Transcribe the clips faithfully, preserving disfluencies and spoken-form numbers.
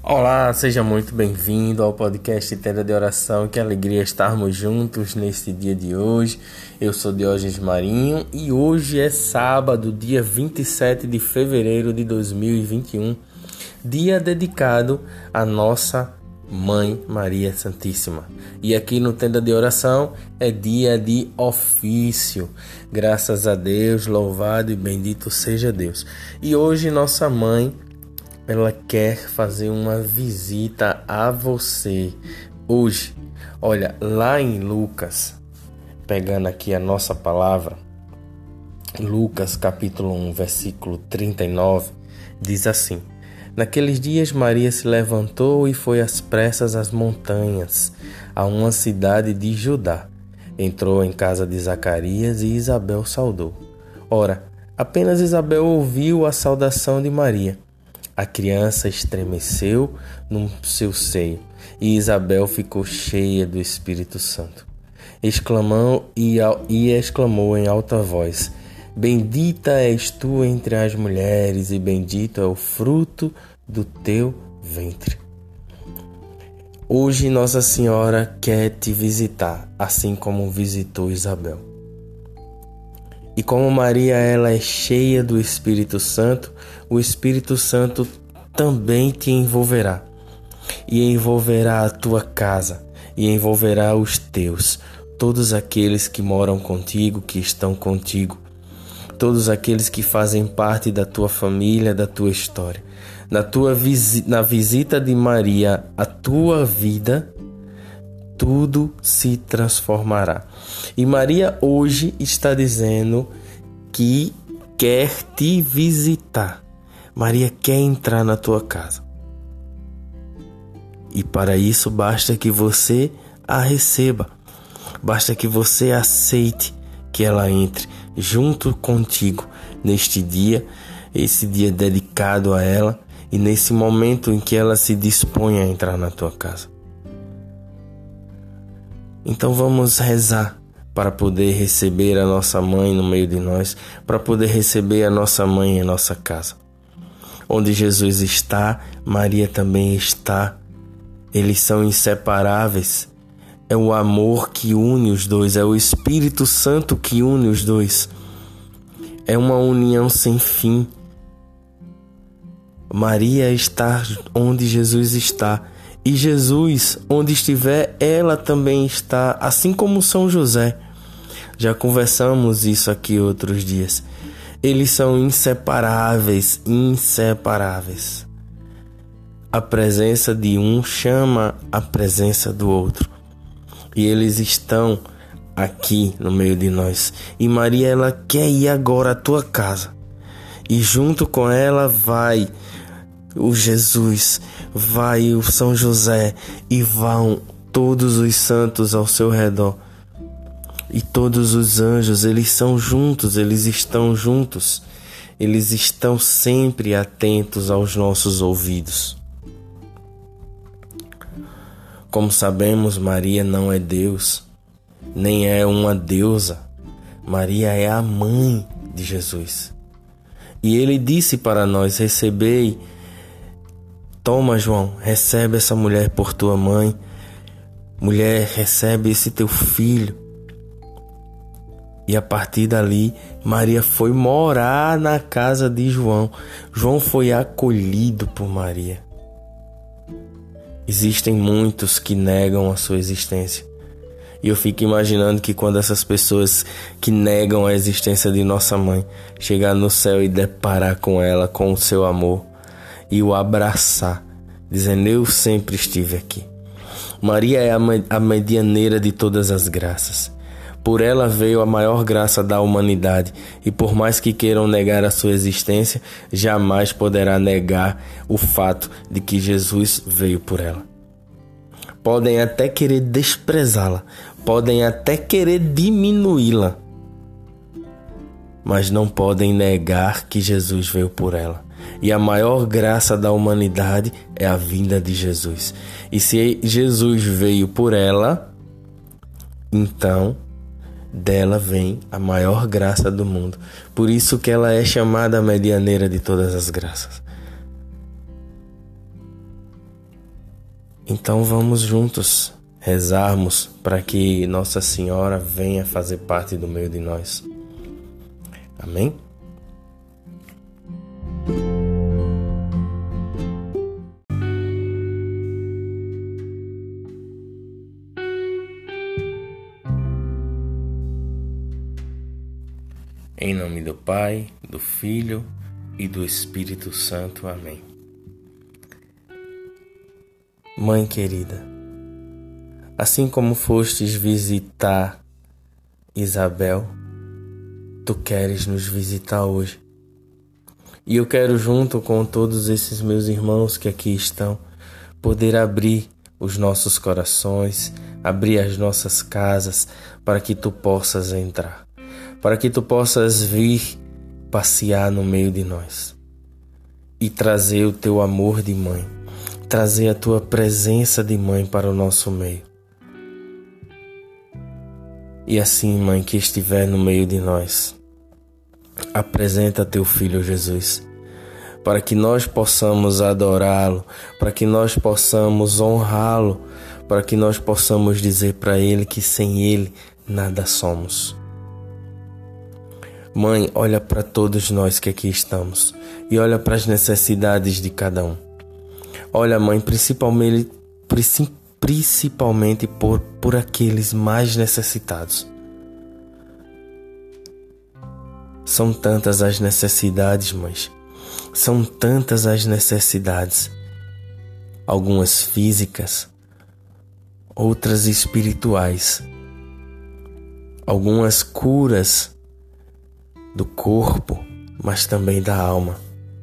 Olá, seja muito bem-vindo ao podcast Tenda de Oração. Que alegria estarmos juntos neste dia de hoje. Eu sou Diógenes Marinho e hoje é sábado, dia vinte e sete de fevereiro de dois mil e vinte e um, dia dedicado à nossa Mãe Maria Santíssima. E aqui no Tenda de Oração é dia de ofício. Graças a Deus, louvado e bendito seja Deus. E hoje nossa mãe ela quer fazer uma visita a você hoje. Olha, lá em Lucas, pegando aqui a nossa palavra, Lucas capítulo um, versículo trinta e nove, diz assim: Naqueles dias Maria se levantou e foi às pressas às montanhas, a uma cidade de Judá. Entrou em casa de Zacarias e Isabel saudou. Ora, apenas Isabel ouviu a saudação de Maria. A criança estremeceu no seu seio e Isabel ficou cheia do Espírito Santo. Exclamou e, e exclamou em alta voz: Bendita és tu entre as mulheres e bendito é o fruto do teu ventre. Hoje Nossa Senhora quer te visitar, assim como visitou Isabel. E como Maria ela é cheia do Espírito Santo, o Espírito Santo também te envolverá. E envolverá a tua casa, e envolverá os teus, todos aqueles que moram contigo, que estão contigo, todos aqueles que fazem parte da tua família, da tua história. Na, tua visi- na visita de Maria, a tua vida, tudo se transformará. E Maria hoje está dizendo que quer te visitar. Maria quer entrar na tua casa. E para isso basta que você a receba. Basta que você aceite que ela entre junto contigo neste dia, esse dia dedicado a ela e nesse momento em que ela se dispõe a entrar na tua casa. Então vamos rezar para poder receber a nossa mãe no meio de nós, para poder receber a nossa mãe em nossa casa. Onde Jesus está, Maria também está. Eles são inseparáveis. É o amor que une os dois, é o Espírito Santo que une os dois. É uma união sem fim. Maria está onde Jesus está. E Jesus, onde estiver, ela também está, assim como São José. Já conversamos isso aqui outros dias. Eles são inseparáveis, inseparáveis. A presença de um chama a presença do outro. E eles estão aqui no meio de nós. E Maria, ela quer ir agora à tua casa. E junto com ela vai o Jesus, vai o São José e vão todos os santos ao seu redor. E todos os anjos, eles são juntos, eles estão juntos. Eles estão sempre atentos aos nossos ouvidos. Como sabemos, Maria não é Deus, nem é uma deusa. Maria é a mãe de Jesus. E ele disse para nós: recebei. Toma, João, recebe essa mulher por tua mãe. Mulher, recebe esse teu filho. E a partir dali, Maria foi morar na casa de João. João foi acolhido por Maria. Existem muitos que negam a sua existência. E eu fico imaginando que quando essas pessoas que negam a existência de nossa mãe chegar no céu e deparar com ela, com o seu amor, e o abraçar, dizendo: eu sempre estive aqui. Maria é a medianeira de todas as graças. Por ela veio a maior graça da humanidade, e por mais que queiram negar a sua existência, jamais poderá negar o fato de que Jesus veio por ela. Podem até querer desprezá-la, podem até querer diminuí-la, mas não podem negar que Jesus veio por ela. E a maior graça da humanidade é a vinda de Jesus. E se Jesus veio por ela, então dela vem a maior graça do mundo. Por isso que ela é chamada a medianeira de todas as graças. Então vamos juntos rezarmos para que Nossa Senhora venha fazer parte do meio de nós. Amém? Em nome do Pai, do Filho e do Espírito Santo. Amém. Mãe querida, assim como fostes visitar Isabel, tu queres nos visitar hoje. E eu quero, junto com todos esses meus irmãos que aqui estão, poder abrir os nossos corações, abrir as nossas casas para que tu possas entrar, para que tu possas vir passear no meio de nós e trazer o teu amor de mãe, trazer a tua presença de mãe para o nosso meio. E assim, mãe, que estiver no meio de nós, apresenta teu Filho Jesus, para que nós possamos adorá-lo, para que nós possamos honrá-lo, para que nós possamos dizer para ele que sem ele nada somos. Mãe, olha para todos nós que aqui estamos e olha para as necessidades de cada um. Olha, mãe, principalmente, principalmente por, por aqueles mais necessitados. São tantas as necessidades, mães. São tantas as necessidades. Algumas físicas, outras espirituais. Algumas curas do corpo, mas também da alma.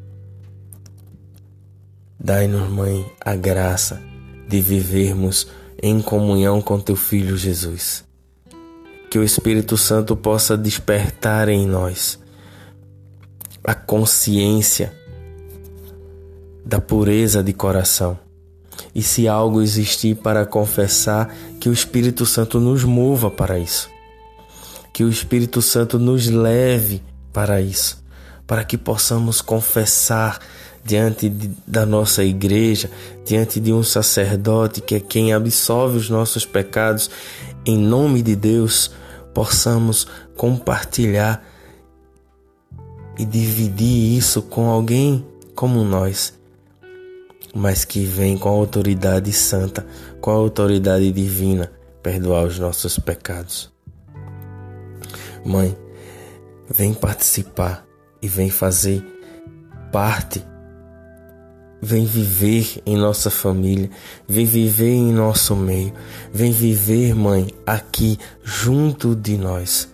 Dai-nos, Mãe, a graça de vivermos em comunhão com Teu Filho Jesus. Que o Espírito Santo possa despertar em nós a consciência da pureza de coração. E se algo existir para confessar, que o Espírito Santo nos mova para isso. Que o Espírito Santo nos leve para isso, para que possamos confessar diante de, da nossa igreja, diante de um sacerdote que é quem absolve os nossos pecados, em nome de Deus, possamos compartilhar e dividir isso com alguém como nós, mas que vem com a autoridade santa, com a autoridade divina, perdoar os nossos pecados. Mãe, vem participar e vem fazer parte. Vem viver em nossa família, vem viver em nosso meio, vem viver, Mãe, aqui junto de nós.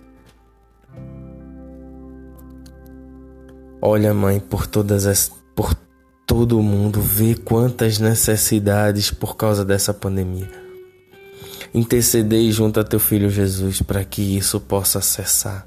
Olha, Mãe, por todas as, por todo o mundo, vê quantas necessidades por causa dessa pandemia. Intercedei junto a Teu Filho Jesus para que isso possa cessar.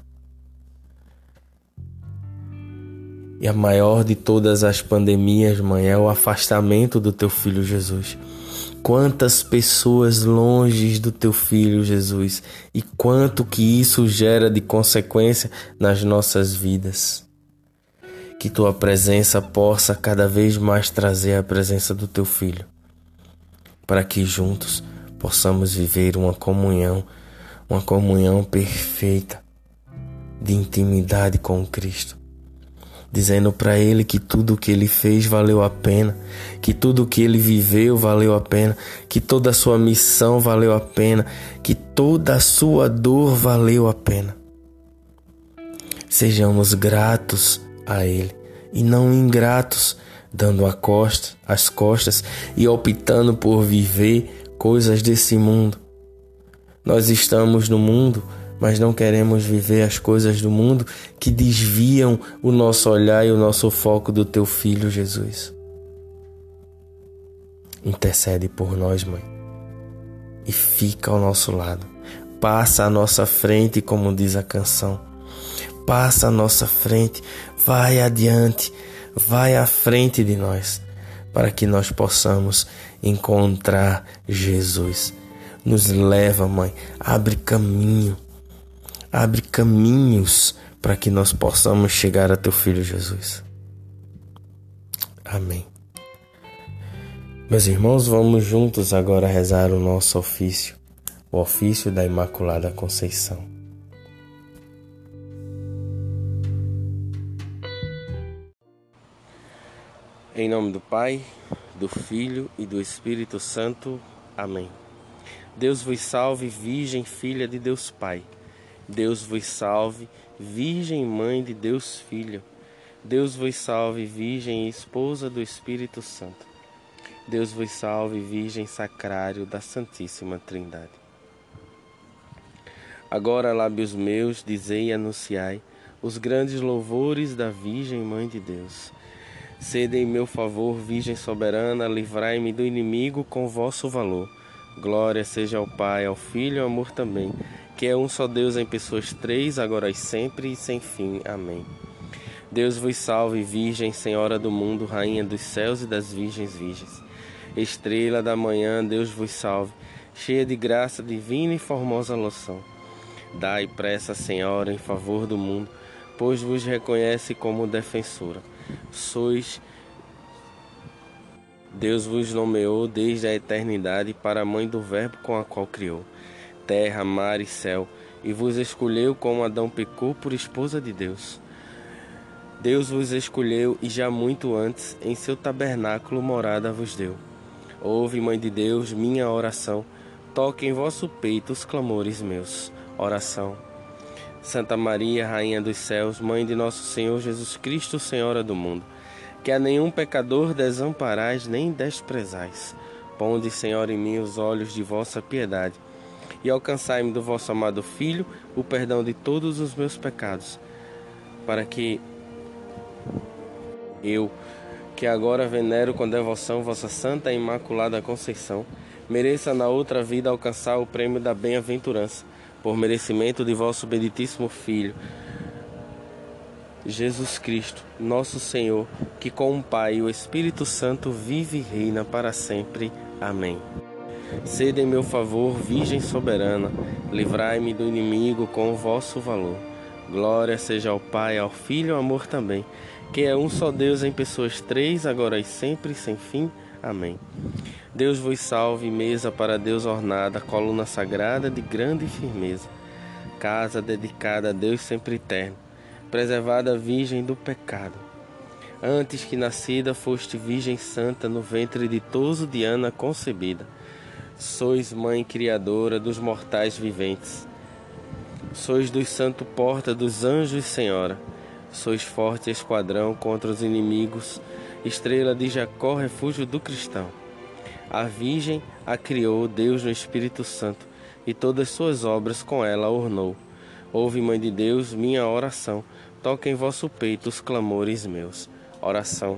E a maior de todas as pandemias, Mãe, é o afastamento do Teu Filho Jesus. Quantas pessoas longe do Teu Filho Jesus e quanto que isso gera de consequência nas nossas vidas. Que Tua presença possa cada vez mais trazer a presença do Teu Filho, para que juntos possamos viver uma comunhão, uma comunhão perfeita de intimidade com Cristo. Dizendo para Ele que tudo o que Ele fez valeu a pena, que tudo o que Ele viveu valeu a pena, que toda a sua missão valeu a pena, que toda a sua dor valeu a pena. Sejamos gratos a Ele e não ingratos, dando a costa, as costas e optando por viver coisas desse mundo. Nós estamos no mundo, mas não queremos viver as coisas do mundo que desviam o nosso olhar e o nosso foco do Teu Filho Jesus. Intercede por nós, Mãe, e fica ao nosso lado. Passa à nossa frente, como diz a canção. Passa à nossa frente, vai adiante, vai à frente de nós, para que nós possamos encontrar Jesus. Nos leva, Mãe, abre caminho. Abre caminhos para que nós possamos chegar a Teu Filho Jesus. Amém. Meus irmãos, vamos juntos agora rezar o nosso ofício, o ofício da Imaculada Conceição. Em nome do Pai, do Filho e do Espírito Santo. Amém. Deus vos salve, Virgem, filha de Deus Pai. Deus vos salve, Virgem, mãe de Deus Filho. Deus vos salve, Virgem, esposa do Espírito Santo. Deus vos salve, Virgem Sacrário da Santíssima Trindade. Agora, lábios meus, dizei e anunciai os grandes louvores da Virgem Mãe de Deus. Sede em meu favor, Virgem soberana, livrai-me do inimigo com vosso valor. Glória seja ao Pai, ao Filho e ao amor também, que é um só Deus em pessoas três, agora e sempre e sem fim. Amém. Deus vos salve, Virgem, Senhora do mundo, Rainha dos céus e das virgens virgens. Estrela da manhã, Deus vos salve, cheia de graça divina e formosa loção. Dai pressa, Senhora, em favor do mundo, pois vos reconhece como defensora. Sois, Deus vos nomeou desde a eternidade para a mãe do Verbo com a qual criou terra, mar e céu, e vos escolheu como Adão pecou por esposa de Deus. Deus vos escolheu e já muito antes em seu tabernáculo morada vos deu. Ouve, Mãe de Deus, minha oração, toque em vosso peito os clamores meus. Oração. Santa Maria, Rainha dos céus, Mãe de nosso Senhor Jesus Cristo, Senhora do mundo, que a nenhum pecador desamparais nem desprezais. Ponde, Senhor, em mim os olhos de vossa piedade, e alcançai-me do vosso amado Filho o perdão de todos os meus pecados, para que eu, que agora venero com devoção vossa Santa e Imaculada Conceição, mereça na outra vida alcançar o prêmio da bem-aventurança, por merecimento de vosso benditíssimo Filho, Jesus Cristo, nosso Senhor, que com o Pai e o Espírito Santo vive e reina para sempre. Amém. Sede em meu favor, Virgem soberana, livrai-me do inimigo com o vosso valor. Glória seja ao Pai, ao Filho e ao amor também, que é um só Deus em pessoas três, agora e sempre, sem fim. Amém. Deus vos salve, mesa para Deus ornada, coluna sagrada de grande firmeza, casa dedicada a Deus sempre eterno, preservada Virgem do pecado. Antes que nascida foste Virgem Santa, no ventre ditoso de Ana concebida. Sois Mãe Criadora dos mortais viventes. Sois dos santos porta dos anjos Senhora. Sois forte esquadrão contra os inimigos, estrela de Jacó, refúgio do cristão. A Virgem a criou Deus no Espírito Santo, e todas suas obras com ela ornou. Ouve, Mãe de Deus, minha oração, toque em vosso peito os clamores meus. Oração.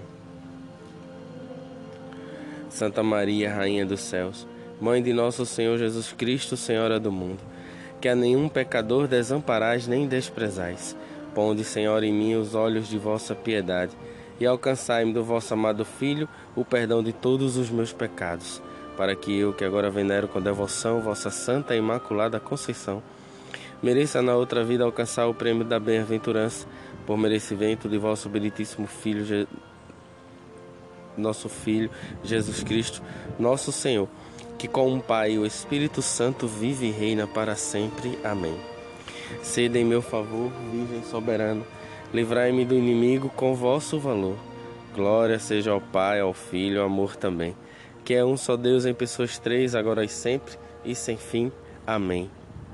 Santa Maria, Rainha dos céus, Mãe de nosso Senhor Jesus Cristo, Senhora do mundo, que a nenhum pecador desamparais nem desprezais. Ponde, Senhor, em mim os olhos de vossa piedade, e alcançai-me do vosso amado Filho o perdão de todos os meus pecados, para que eu, que agora venero com devoção vossa Santa e Imaculada Conceição, mereça na outra vida alcançar o prêmio da bem-aventurança, por merecimento de vosso benditíssimo Filho, Je... nosso Filho, Jesus Cristo, nosso Senhor, que com o Pai e o Espírito Santo vive e reina para sempre. Amém. Sede em meu favor, Virgem soberana, livrai-me do inimigo com vosso valor. Glória seja ao Pai, ao Filho e ao amor também, que é um só Deus em pessoas três, agora e sempre e sem fim. Amém.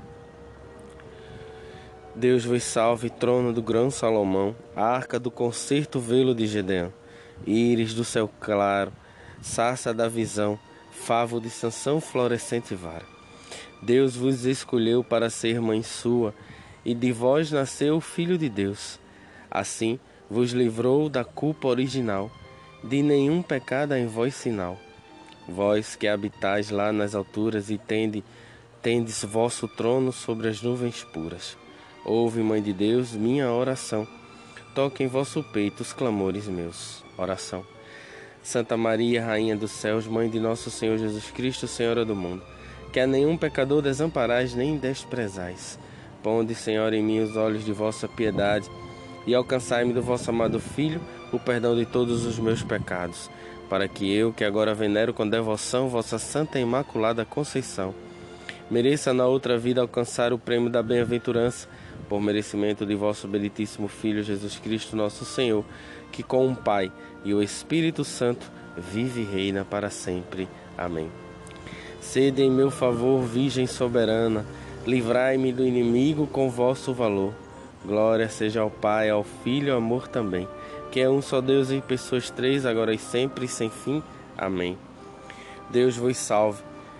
Deus vos salve, trono do grão Salomão, arca do concerto velo de Gedeão, íris do céu claro, sarça da visão, favo de Sansão, florescente vara. Deus vos escolheu para ser mãe sua, e de vós nasceu o Filho de Deus. Assim vos livrou da culpa original, de nenhum pecado em vós sinal. Vós que habitais lá nas alturas e tende, tendes vosso trono sobre as nuvens puras. Ouve, Mãe de Deus, minha oração, toque em vosso peito os clamores meus. Oração. Santa Maria, Rainha dos céus, Mãe de nosso Senhor Jesus Cristo, Senhora do mundo, que a nenhum pecador desamparais nem desprezais. Ponde, Senhor, em mim os olhos de vossa piedade, e alcançai-me do vosso amado Filho o perdão de todos os meus pecados, para que eu, que agora venero com devoção vossa Santa e Imaculada Conceição, mereça na outra vida alcançar o prêmio da bem-aventurança, por merecimento de vosso benditíssimo Filho Jesus Cristo, nosso Senhor, que com o Pai e o Espírito Santo vive e reina para sempre. Amém. Sede em meu favor, Virgem soberana, livrai-me do inimigo com vosso valor. Glória seja ao Pai, ao Filho e ao amor também, que é um só Deus em pessoas três, agora e sempre e sem fim. Amém. Deus vos salve,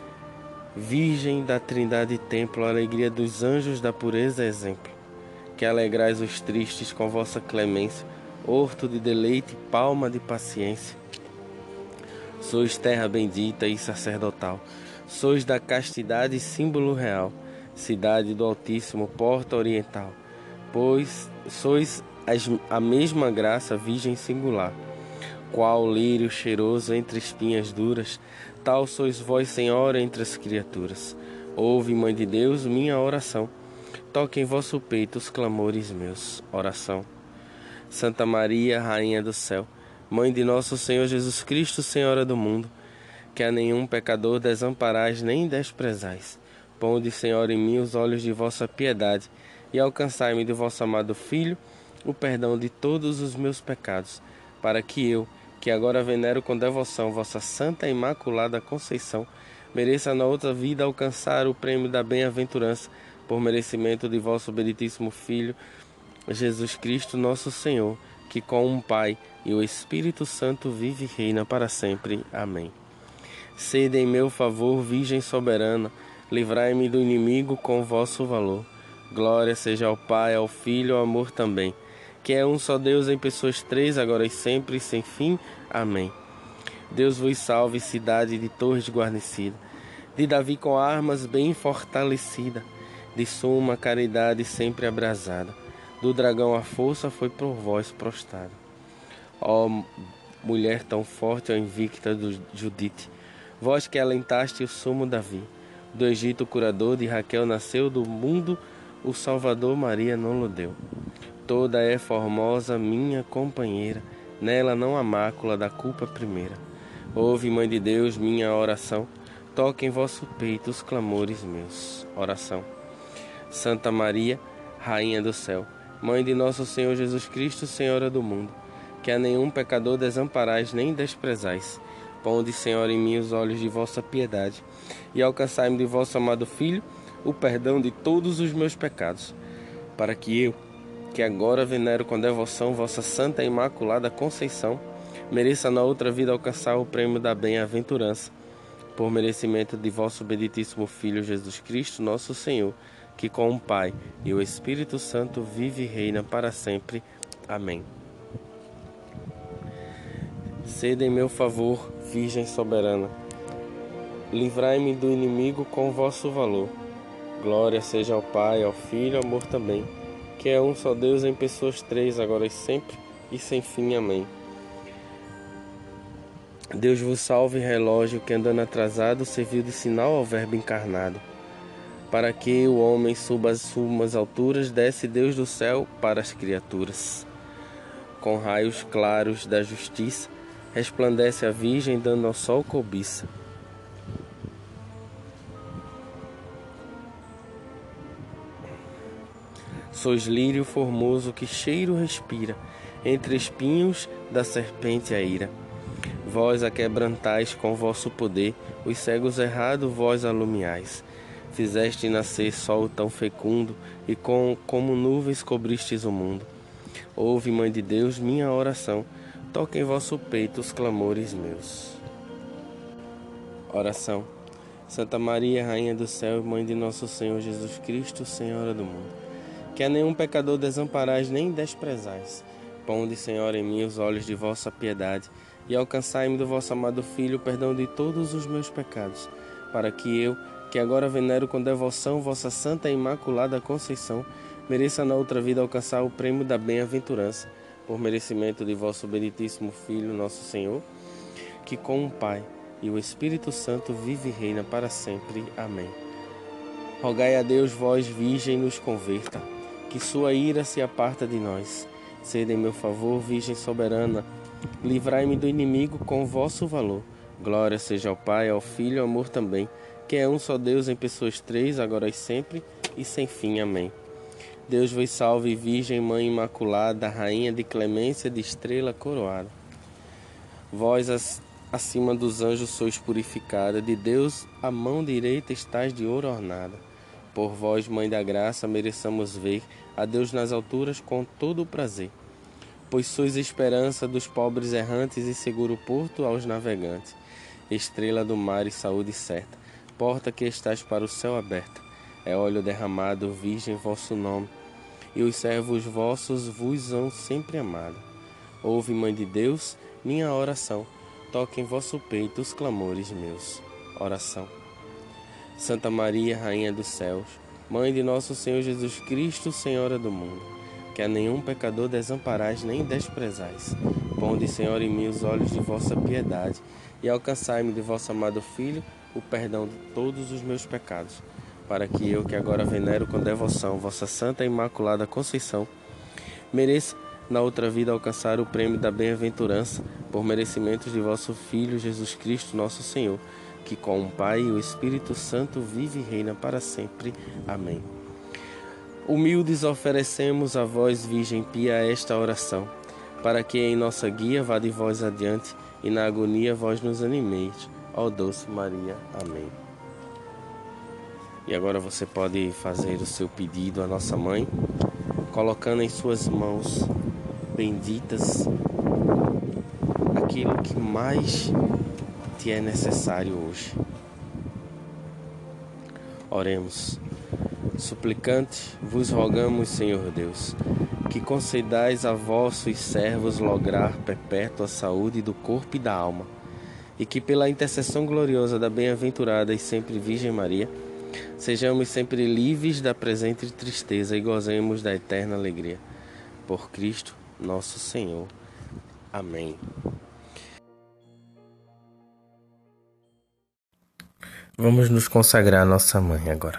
Virgem da Trindade Templo, alegria dos anjos, da pureza exemplo, que alegrais os tristes com vossa clemência, horto de deleite, palma de paciência. Sois terra bendita e sacerdotal, sois da castidade símbolo real, cidade do Altíssimo, porta oriental, pois sois as, a mesma graça, virgem singular, qual lírio cheiroso entre espinhas duras, tal sois vós, Senhora, entre as criaturas. Ouve, Mãe de Deus, minha oração, toque em vosso peito os clamores meus. Oração. Santa Maria, Rainha do Céu, Mãe de nosso Senhor Jesus Cristo, Senhora do mundo, que a nenhum pecador desamparais nem desprezais, ponde, Senhora, em mim os olhos de vossa piedade e alcançai-me do vosso amado Filho o perdão de todos os meus pecados, para que eu, que agora venero com devoção vossa Santa e Imaculada Conceição, mereça na outra vida alcançar o prêmio da bem-aventurança, por merecimento de vosso benditíssimo Filho, Jesus Cristo, nosso Senhor, que com o Pai e o Espírito Santo vive e reina para sempre. Amém. Sede em meu favor, Virgem soberana, livrai-me do inimigo com vosso valor. Glória seja ao Pai, ao Filho e ao amor também, que é um só Deus em pessoas três, agora e sempre e sem fim. Amém. Deus vos salve, cidade de torres guarnecida, de Davi com armas bem fortalecida, de suma caridade sempre abrasada, do dragão a força foi por vós prostrada. Ó mulher tão forte, ó invicta do Judite, vós que alentaste o sumo Davi, do Egito o curador, de Raquel nasceu, do mundo o Salvador, Maria não lo deu. Toda é formosa, minha companheira, nela não há mácula da culpa primeira. Ouve, Mãe de Deus, minha oração, toque em vosso peito os clamores meus. Oração. Santa Maria, Rainha do Céu, Mãe de nosso Senhor Jesus Cristo, Senhora do mundo, que a nenhum pecador desamparais nem desprezais, ponde, Senhora, em mim os olhos de vossa piedade e alcançai-me de vosso amado Filho o perdão de todos os meus pecados, para que eu, que agora venero com devoção vossa Santa e Imaculada Conceição, mereça na outra vida alcançar o prêmio da bem-aventurança, por merecimento de vosso benditíssimo Filho Jesus Cristo, nosso Senhor, que com o Pai e o Espírito Santo vive e reina para sempre. Amém. Sede em meu favor, Virgem soberana, livrai-me do inimigo com vosso valor. Glória seja ao Pai, ao Filho e ao amor também, que é um só Deus em pessoas três, agora e sempre e sem fim. Amém. Deus vos salve, relógio que andando atrasado serviu de sinal ao Verbo encarnado. Para que o homem suba as sumas alturas, desce Deus do céu para as criaturas. Com raios claros da justiça, resplandece a Virgem, dando ao sol cobiça. Sois lírio formoso que cheiro respira, entre espinhos da serpente a ira. Vós a quebrantais com vosso poder, os cegos errados vós alumiais. Fizeste nascer sol tão fecundo, e com, como nuvens cobristes o mundo. Ouve, Mãe de Deus, minha oração, toque em vosso peito os clamores meus. Oração. Santa Maria, Rainha do Céu, Mãe de nosso Senhor Jesus Cristo, Senhora do mundo, que a nenhum pecador desamparais nem desprezais, ponde, Senhora, em mim os olhos de vossa piedade e alcançai-me do vosso amado Filho o perdão de todos os meus pecados, para que eu, que agora venero com devoção vossa Santa e Imaculada Conceição, mereça na outra vida alcançar o prêmio da bem-aventurança, por merecimento de vosso benditíssimo Filho, nosso Senhor, que com o Pai e o Espírito Santo vive e reina para sempre. Amém. Rogai a Deus, vós, Virgem, nos converta, que sua ira se aparta de nós, Sede em meu favor, Virgem soberana, livrai-me do inimigo com vosso valor. Glória seja ao Pai, ao Filho e ao amor também, que é um só Deus em pessoas três, agora e sempre, e sem fim. Amém. Deus vos salve, Virgem Mãe Imaculada, Rainha de clemência, de estrela coroada. Vós, acima dos anjos, sois purificada, de Deus a mão direita estais de ouro ornada. Por vós, Mãe da Graça, mereçamos ver a Deus nas alturas com todo o prazer. Pois sois esperança dos pobres errantes e seguro porto aos navegantes. Estrela do mar e saúde certa, porta que estás para o céu aberta. É óleo derramado, Virgem, vosso nome, e os servos vossos vos hão sempre amado. Ouve, Mãe de Deus, minha oração, toque em vosso peito os clamores meus. Oração. Santa Maria, Rainha dos céus, Mãe de nosso Senhor Jesus Cristo, Senhora do mundo, que a nenhum pecador desamparais nem desprezais. Ponde, Senhor, em mim os olhos de vossa piedade, e alcançai-me de vosso amado Filho o perdão de todos os meus pecados, para que eu, que agora venero com devoção vossa Santa e Imaculada Conceição, mereça na outra vida alcançar o prêmio da bem-aventurança por merecimentos de vosso Filho Jesus Cristo, nosso Senhor, que com o Pai e o Espírito Santo vive e reina para sempre. Amém. Humildes oferecemos a vós, Virgem pia, esta oração, para que em nossa guia vá de vós adiante e na agonia vós nos animeis. Ó doce Maria. Amém. E agora você pode fazer o seu pedido à nossa Mãe, colocando em suas mãos benditas aquilo que mais te é necessário hoje. Oremos. Suplicante, vos rogamos, Senhor Deus, que concedais a vossos servos lograr perpétua saúde do corpo e da alma, e que pela intercessão gloriosa da bem-aventurada e sempre Virgem Maria, sejamos sempre livres da presente tristeza e gozemos da eterna alegria. Por Cristo, nosso Senhor. Amém. Vamos nos consagrar à nossa Mãe agora.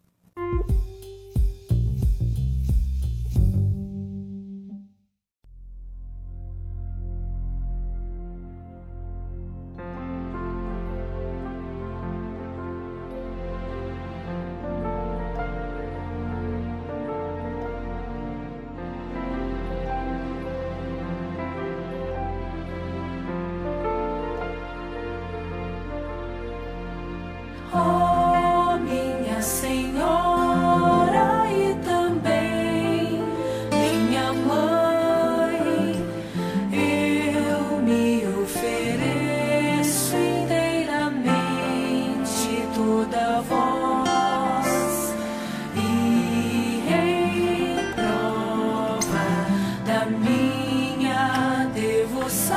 Ó minha Senhora e também minha Mãe, eu me ofereço inteiramente toda a vós, e em prova da minha devoção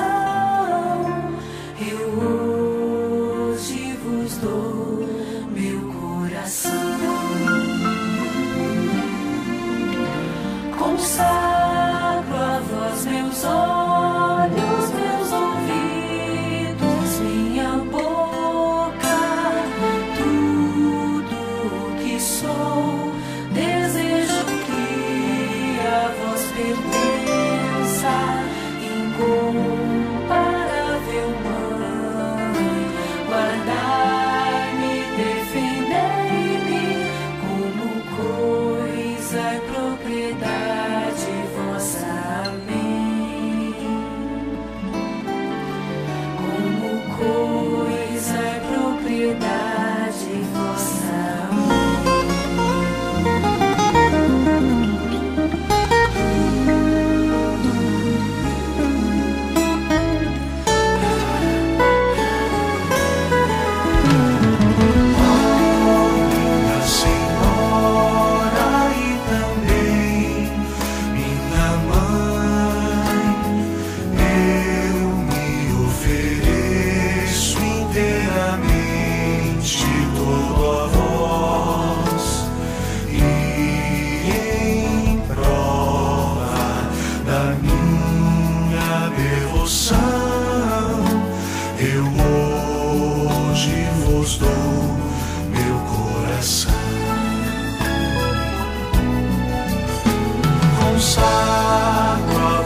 eu hoje vos dou consagro a vós meus olhos, meus ouvidos, minha boca, tudo o que sou. Desejo que a vós pertença, incomparável Mãe. Guardai-me, defendei-me como coisa e propriedade vossa. Amém. Como coisa e propriedade vossa. Eu hoje vos dou meu coração, consagro a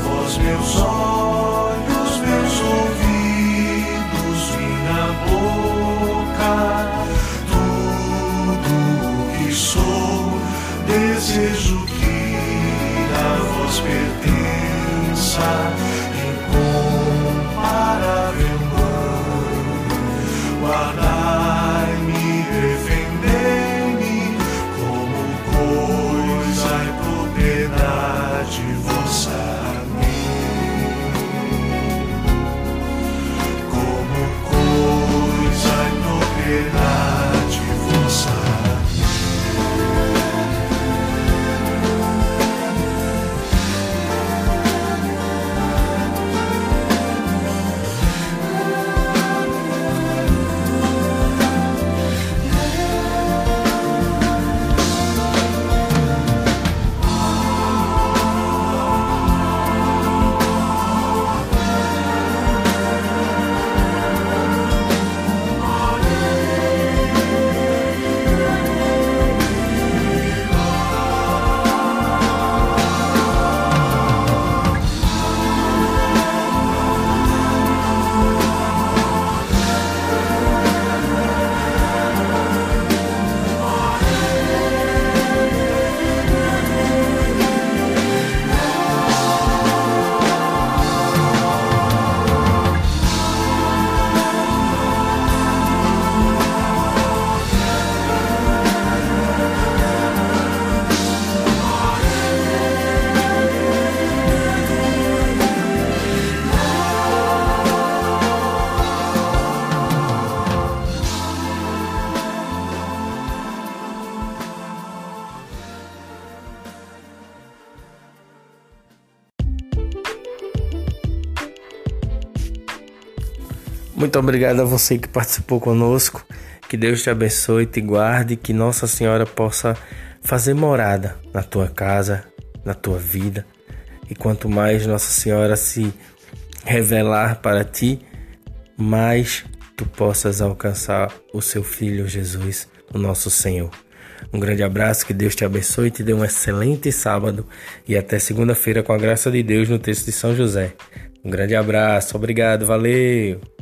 Muito obrigado a você que participou conosco. Que Deus te abençoe, te guarde, que Nossa Senhora possa fazer morada na tua casa, na tua vida. E quanto mais Nossa Senhora se revelar para ti, mais tu possas alcançar o seu Filho Jesus, o nosso Senhor. Um grande abraço, que Deus te abençoe e te dê um excelente sábado e até segunda-feira com a graça de Deus no texto de São José. Um grande abraço, obrigado, valeu!